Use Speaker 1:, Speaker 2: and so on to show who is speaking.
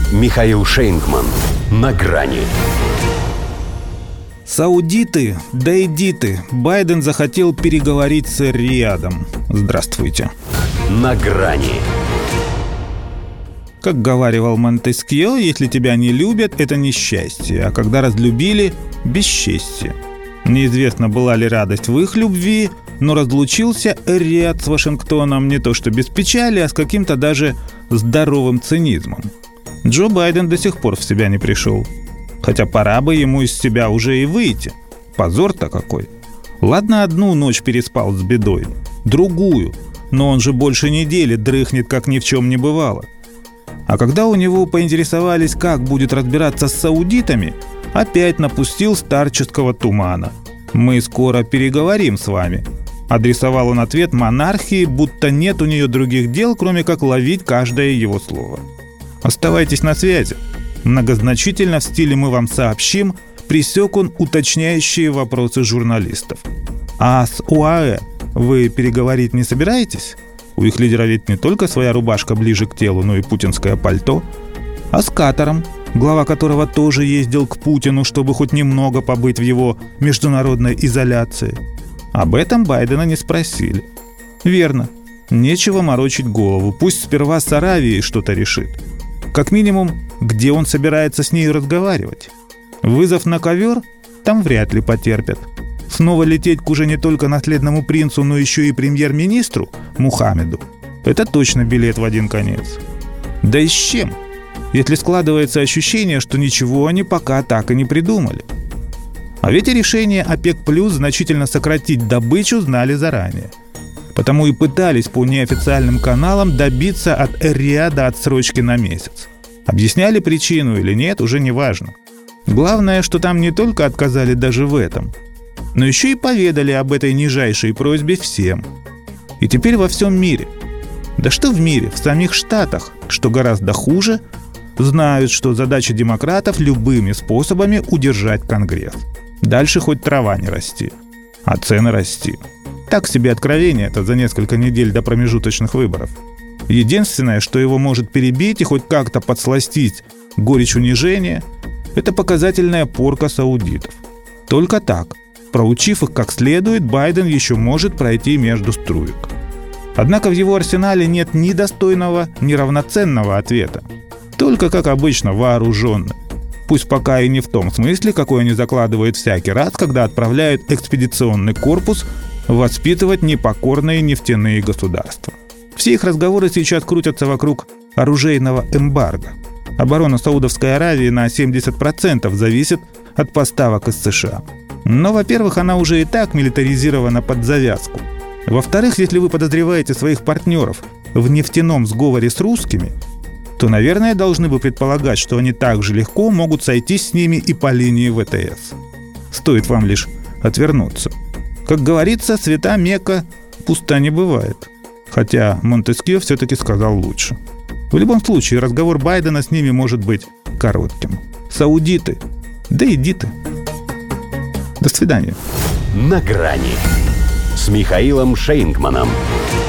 Speaker 1: Михаил Шейнгман. На грани.
Speaker 2: Саудиты, да иди ты. Байден захотел переговорить с Эр-Риядом. Здравствуйте.
Speaker 1: На грани.
Speaker 2: Как говаривал Монтескье, если тебя не любят, это несчастье, а когда разлюбили – бесчестье. Неизвестно, была ли радость в их любви, но разлучился Эр-Рияд с Вашингтоном не то что без печали, а с каким-то даже здоровым цинизмом. Джо Байден до сих пор в себя не пришел. Хотя пора бы ему из себя уже и выйти. Позор-то какой. Ладно, одну ночь переспал с бедой, другую, но он же больше недели дрыхнет, как ни в чем не бывало. А когда у него поинтересовались, как будет разбираться с саудитами, опять напустил старческого тумана. «Мы скоро переговорим с вами», — адресовал он ответ монархии, будто нет у нее других дел, кроме как ловить каждое его слово. «Оставайтесь на связи». Многозначительно в стиле «мы вам сообщим» пресек он уточняющие вопросы журналистов. «А с ОАЭ вы переговорить не собираетесь? У их лидера ведь не только своя рубашка ближе к телу, но и путинское пальто. А с Катаром, глава которого тоже ездил к Путину, чтобы хоть немного побыть в его международной изоляции?» Об этом Байдена не спросили. Верно, нечего морочить голову, пусть сперва с Аравией что-то решит. Как минимум, где он собирается с ней разговаривать? Вызов на ковер? Там вряд ли потерпят. Снова лететь к уже не только наследному принцу, но еще и премьер-министру Мухаммеду – это точно билет в один конец. Да и с чем? Если складывается ощущение, что ничего они пока так и не придумали. А ведь и решение ОПЕК+ значительно сократить добычу знали заранее. Потому и пытались по неофициальным каналам добиться от Эр-Рияда отсрочки на месяц. Объясняли причину или нет, уже не важно. Главное, что там не только отказали даже в этом, но еще и поведали об этой нижайшей просьбе всем. И теперь во всем мире, да что в мире, в самих Штатах, что гораздо хуже, знают, что задача демократов любыми способами удержать Конгресс. Дальше хоть трава не расти, а цены расти. Так себе откровение это за несколько недель до промежуточных выборов. Единственное, что его может перебить и хоть как-то подсластить горечь унижения, это показательная порка саудитов. Только так, проучив их как следует, Байден еще может пройти между струек. Однако в его арсенале нет ни достойного, ни равноценного ответа. Только, как обычно, вооруженный. Пусть пока и не в том смысле, какой они закладывают всякий раз, когда отправляют экспедиционный корпус воспитывать непокорные нефтяные государства. Все их разговоры сейчас крутятся вокруг оружейного эмбарго. Оборона Саудовской Аравии на 70% зависит от поставок из США. Но, во-первых, она уже и так милитаризирована под завязку. Во-вторых, если вы подозреваете своих партнеров в нефтяном сговоре с русскими, то, наверное, должны бы предполагать, что они так же легко могут сойтись с ними и по линии ВТС. Стоит вам лишь отвернуться. Как говорится, свята Мекка пуста не бывает. Хотя Монтескье все-таки сказал лучше. В любом случае, разговор Байдена с ними может быть коротким. Саудиты, да иди ты. До свидания.
Speaker 1: На грани с Михаилом Шейнгманом.